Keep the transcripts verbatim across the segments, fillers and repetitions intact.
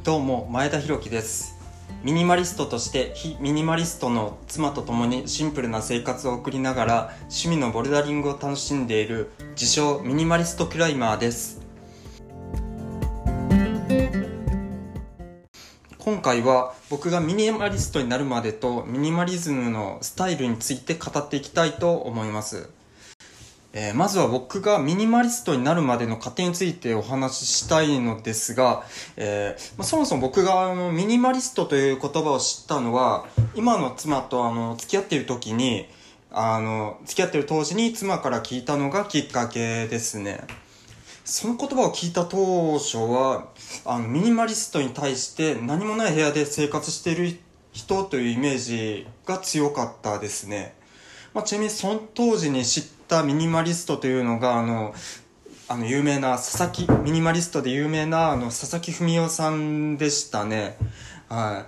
どうも前田裕樹です。ミニマリストとして非ミニマリストの妻と共にシンプルな生活を送りながら趣味のボルダリングを楽しんでいる自称ミニマリストクライマーです。今回は僕がミニマリストになるまでとミニマリズムのスタイルについて語っていきたいと思います。えー、まずは僕がミニマリストになるまでの過程についてお話ししたいのですが、えーまあ、そもそも僕があのミニマリストという言葉を知ったのは、今の妻とあの付き合っている時にあの付き合っている当時に妻から聞いたのがきっかけですね。その言葉を聞いた当初はあのミニマリストに対して何もない部屋で生活している人というイメージが強かったですね。まあ、ちなみにその当時に知ったミニマリストというのがあのあの有名な佐々木ミニマリストで有名なあの佐々木文夫さんでしたね。はい。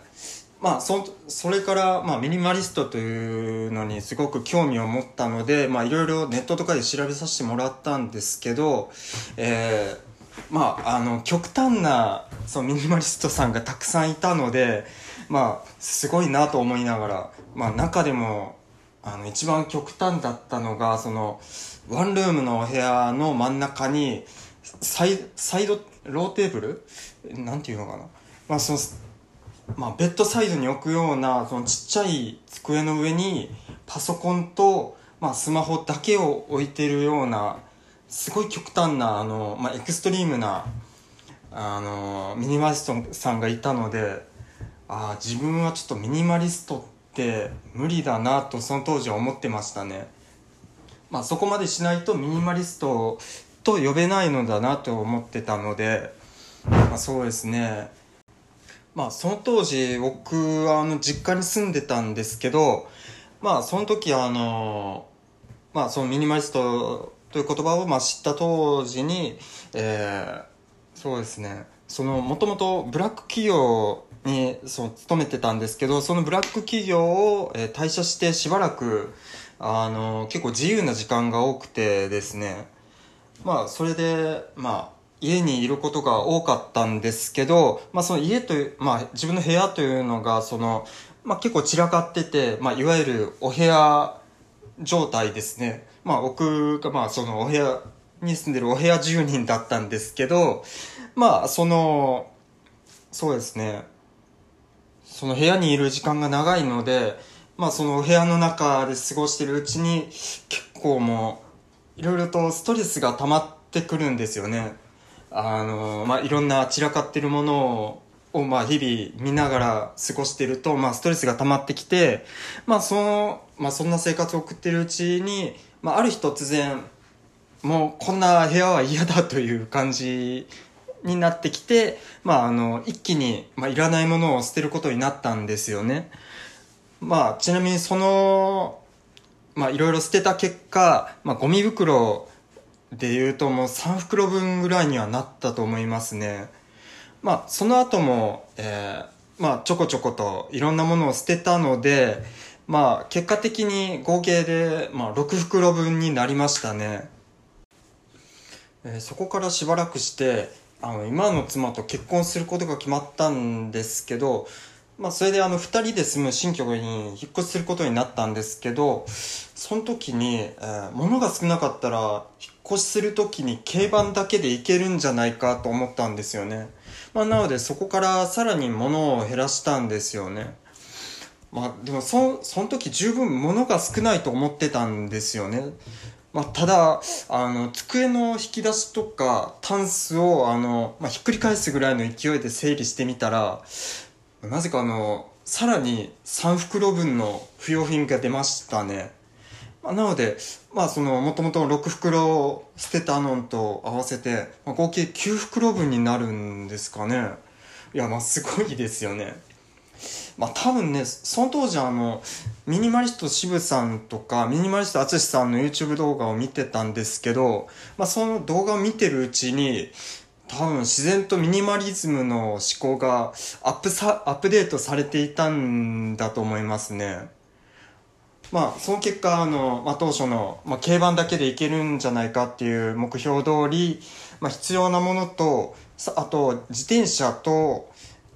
まあそそれからまあミニマリストというのにすごく興味を持ったので、まあいろいろネットとかで調べさせてもらったんですけど、えー、まああの極端なそのミニマリストさんがたくさんいたので、まあすごいなと思いながら、まあ中でもあの一番極端だったのが、そのワンルームのお部屋の真ん中にサイ、サイドローテーブルなんていうのかな、まあそのまあ、ベッドサイドに置くようなそのちっちゃい机の上にパソコンと、まあ、スマホだけを置いているようなすごい極端なあの、まあ、エクストリームなあのミニマリストさんがいたので、あ自分はちょっとミニマリストって無理だなとその当時は思ってましたね。まあ、そこまでしないとミニマリストと呼べないのだなと思ってたので、まあ、そうですね。まあその当時僕はあの実家に住んでたんですけど、まあその時あのまあそのミニマリストという言葉をまあ知った当時に、えー、そうですね、そのもともとブラック企業にそう勤めてたんですけど、そのブラック企業を退社してしばらくあの結構自由な時間が多くてですね、まあそれでまあ家にいることが多かったんですけど、まあその家という、まあ自分の部屋というのが、その、まあ結構散らかってて、まあいわゆるお部屋状態ですね。まあ僕がまあそのお部屋に住んでるお部屋住人だったんですけど、まあその、そうですね、その部屋にいる時間が長いので、まあそのお部屋の中で過ごしてるうちに結構もういろいろとストレスが溜まってくるんですよね。あのまあ、いろんな散らかってるものを、まあ、日々見ながら過ごしてると、まあ、ストレスが溜まってきて、まあそのまあ、そんな生活を送ってるうちに、まあ、ある日突然もうこんな部屋は嫌だという感じになってきて、まあ、あの一気に、まあ、いらないものを捨てることになったんですよね。まあ、ちなみにそのまあいろいろ捨てた結果、まあ、ゴミ袋で言うともうさん袋分ぐらいにはなったと思いますね。まあその後も、えー、まあちょこちょこといろんなものを捨てたので、まあ結果的に合計で、まあ、ろく袋分になりましたね。えー、そこからしばらくしてあの今の妻と結婚することが決まったんですけど、まあそれであのふたりで住む新居に引っ越しすることになったんですけど、その時に、えー、物が少なかったら引っ越しする時に軽バンだけで行けるんじゃないかと思ったんですよね。まあなのでそこからさらに物を減らしたんですよね。まあでもそその時十分物が少ないと思ってたんですよね。まあ、ただあの机の引き出しとかタンスをあの、まあ、ひっくり返すぐらいの勢いで整理してみたら、なぜかあのさらにさん袋分の不要品が出ましたね。まあ、なのでまあそのもともとろく袋捨てたのと合わせて、まあ、合計きゅう袋分になるんですかね。いやまあすごいですよね。まあ多分ね、その当時あのミニマリスト渋さんとかミニマリスト淳さんの YouTube 動画を見てたんですけど、まあその動画を見てるうちに多分自然とミニマリズムの思考がアップさアップデートされていたんだと思いますね。まあその結果あの、まあ、当初の、まあ、軽バンだけでいけるんじゃないかっていう目標通り、まあ、必要なものとあと自転車と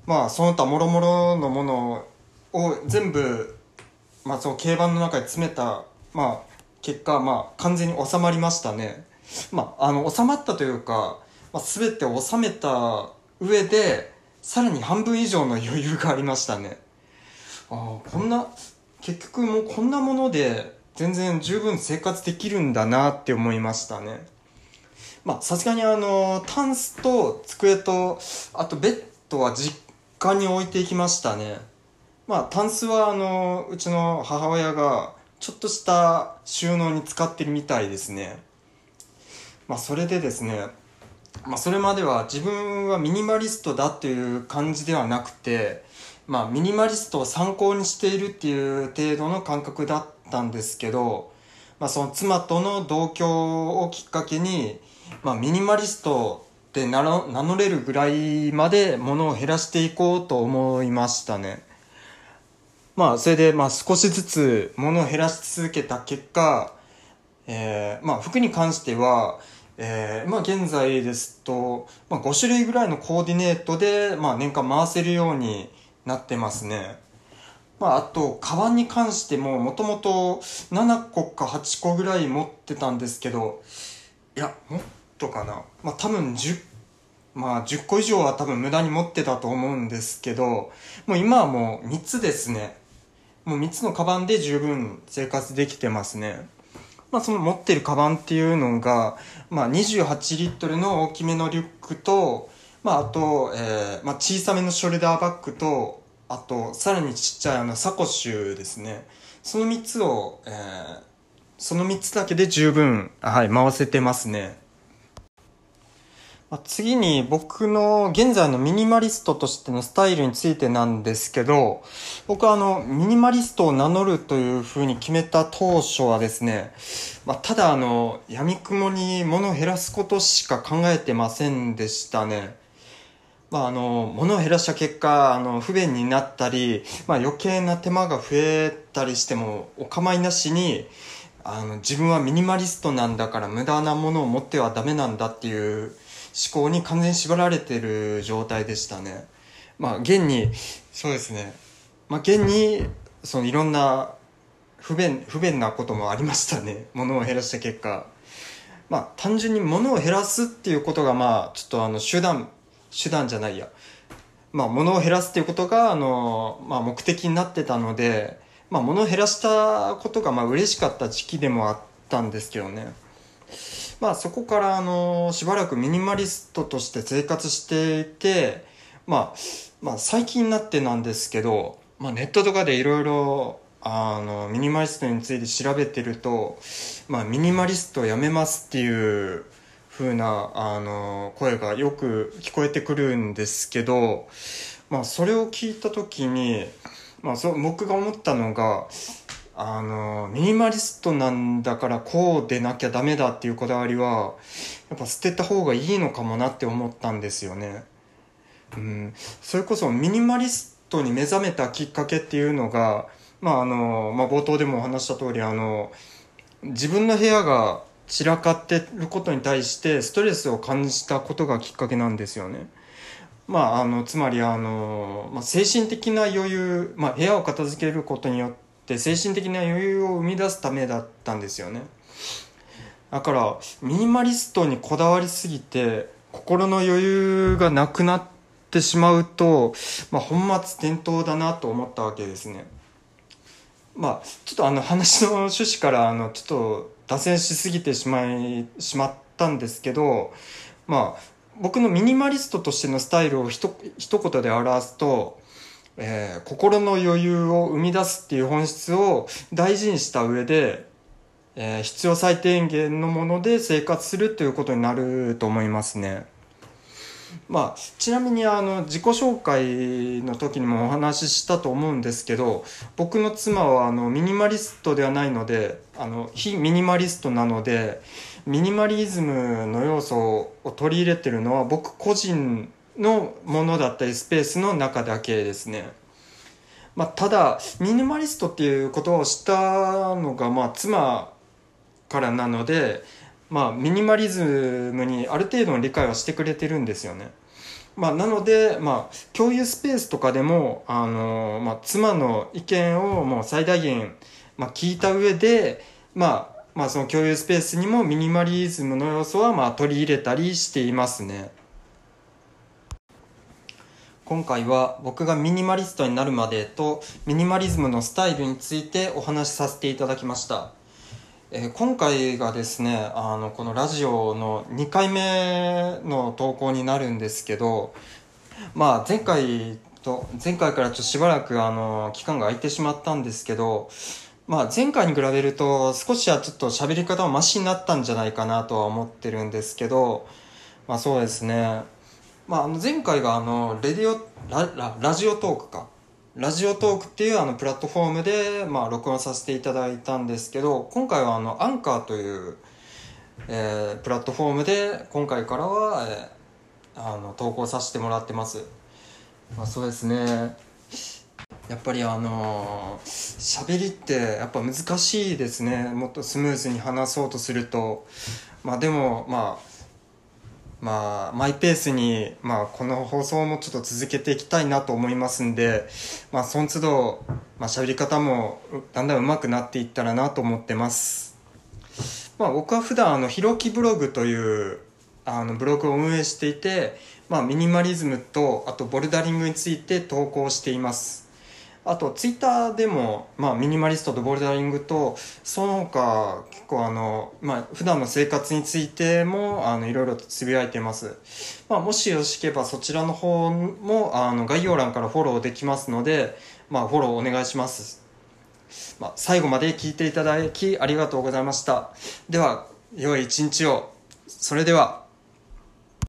まあその他もろもろのものを全部、まあ、その軽バンの中に詰めた、まあ、結果、まあ、完全に収まりましたね。まあ、あの収まったというか、まあ、全てを収めた上でさらに半分以上の余裕がありましたね。ああ、こんな結局もうこんなもので全然十分生活できるんだなって思いましたね。まあさすがにあのタンスと机とあとベッドは実家に置いていきましたね。まあタンスはあのうちの母親がちょっとした収納に使ってるみたいですね。まあそれでですね、まあそれまでは自分はミニマリストだという感じではなくて、まあミニマリストを参考にしているっていう程度の感覚だったんですけど、まあその妻との同居をきっかけに、まあミニマリストって名の名乗れるぐらいまで物を減らしていこうと思いましたね。まあそれでまあ少しずつ物を減らし続けた結果、えー、まあ服に関しては、えー、まあ現在ですと、まあ、ご種類ぐらいのコーディネートで、まあ、年間回せるようになってますね。まあ、あとカバンに関してももともとななこかはちこぐらい持ってたんですけど、いやもっとかな、まあ多分じゅうまあじゅっこ以上は多分無駄に持ってたと思うんですけど、もう今はもうみっつですね。もうみっつのカバンで十分生活できてますね。まあ、その持ってるカバンっていうのが、まあ、にじゅうはちリットルの大きめのリュックと、まあ、あと、えーまあ、小さめのショルダーバッグと、あとさらにちっちゃいあのサコッシュですね。そのみっつを、えー、そのみっつだけで十分、はい、回せてますね。まあ、次に僕の現在のミニマリストとしてのスタイルについてなんですけど、僕はあのミニマリストを名乗るというふうに決めた当初はですね、まあ、ただあの闇雲に物を減らすことしか考えてませんでしたね。まあ、あの物を減らした結果あの不便になったり、まあ、余計な手間が増えたりしてもお構いなしに、あの自分はミニマリストなんだから無駄なものを持ってはダメなんだっていう思考に完全に縛られてる状態でしたね。まあ現にそうですね、まあ現にそのいろんな不便不便なこともありましたね。物を減らした結果、まあ単純に物を減らすっていうことがまあちょっとあの手段手段じゃないやまあ物を減らすっていうことがあのまあ目的になってたので、まあ物を減らしたことがまあ嬉しかった時期でもあったんですけどね。まあそこからあのしばらくミニマリストとして生活していて、まあ、まあ最近になってなんですけど、まあ、ネットとかでいろいろあのミニマリストについて調べてると、まあ、ミニマリストをやめますっていう風なあの声がよく聞こえてくるんですけど、まあ、それを聞いた時に、まあ、そう僕が思ったのが、あのミニマリストなんだからこうでなきゃダメだっていうこだわりはやっぱ捨てた方がいいのかもなって思ったんですよね。うん、それこそミニマリストに目覚めたきっかけっていうのが、まああのまあ、冒頭でもお話した通り、あの自分の部屋が散らかってることに対してストレスを感じたことがきっかけなんですよね。まあ、あのつまりあの、まあ、精神的な余裕、まあ、部屋を片付けることによって精神的な余裕を生み出すためだったんですよね。だからミニマリストにこだわりすぎて心の余裕がなくなってしまうと、まあ、本末転倒だなと思ったわけですね。まあちょっとあの話の趣旨からあのちょっと脱線しすぎてしまいしまったんですけど、まあ僕のミニマリストとしてのスタイルをひと一言で表すと、えー、心の余裕を生み出すっていう本質を大事にした上で、えー、必要最低限のもので生活するということになると思いますね。まあ、ちなみにあの自己紹介の時にもお話ししたと思うんですけど、僕の妻はあのミニマリストではないので、あの非ミニマリストなので、ミニマリズムの要素を取り入れてるのは僕個人のものだったりスペースの中だけですね。まあ、ただミニマリストっていう言葉を知ったのがまあ妻からなので、まあ、ミニマリズムにある程度の理解はしてくれてるんですよね。 まあ、なので、まあ、共有スペースとかでも、あのまあ、妻の意見をもう最大限、まあ、聞いた上で、まあ、まあ、その共有スペースにもミニマリズムの要素は、まあ、取り入れたりしていますね。今回は僕がミニマリストになるまでとミニマリズムのスタイルについてお話しさせていただきました。えー今回がですね、あのこのラジオのにかいめの投稿になるんですけど、まあ、前回と前回からちょっとしばらくあの期間が空いてしまったんですけど、まあ、前回に比べると少しはちょっと喋り方もマシになったんじゃないかなとは思ってるんですけど、まあそうですね、まあ、あの前回があのレディオラララジオトークかラジオトークっていうあのプラットフォームで、まあ、録音させていただいたんですけど、今回はあのアンカーという、えープラットフォームで今回からは、えーあの投稿させてもらってます。まあ、そうですね、やっぱりあのー喋りってやっぱ難しいですね。もっとスムーズに話そうとすると、まあでもまあまあ、マイペースに、まあ、この放送もちょっと続けていきたいなと思いますんで、まあ、その都度、まあ、喋り方もうだんだん上手くなっていったらなと思ってます。まあ、僕は普段あのひろきブログというあのブログを運営していて、まあ、ミニマリズムとあとボルダリングについて投稿しています。あとツイッターでも、まあ、ミニマリストとボルダリングとその他結構あの、まあ、普段の生活についてもあのいろいろとつぶやいています。まあ、もしよろしければそちらの方もあの概要欄からフォローできますので、まあ、フォローお願いします。まあ、最後まで聞いていただきありがとうございました。では良い一日を。それでは。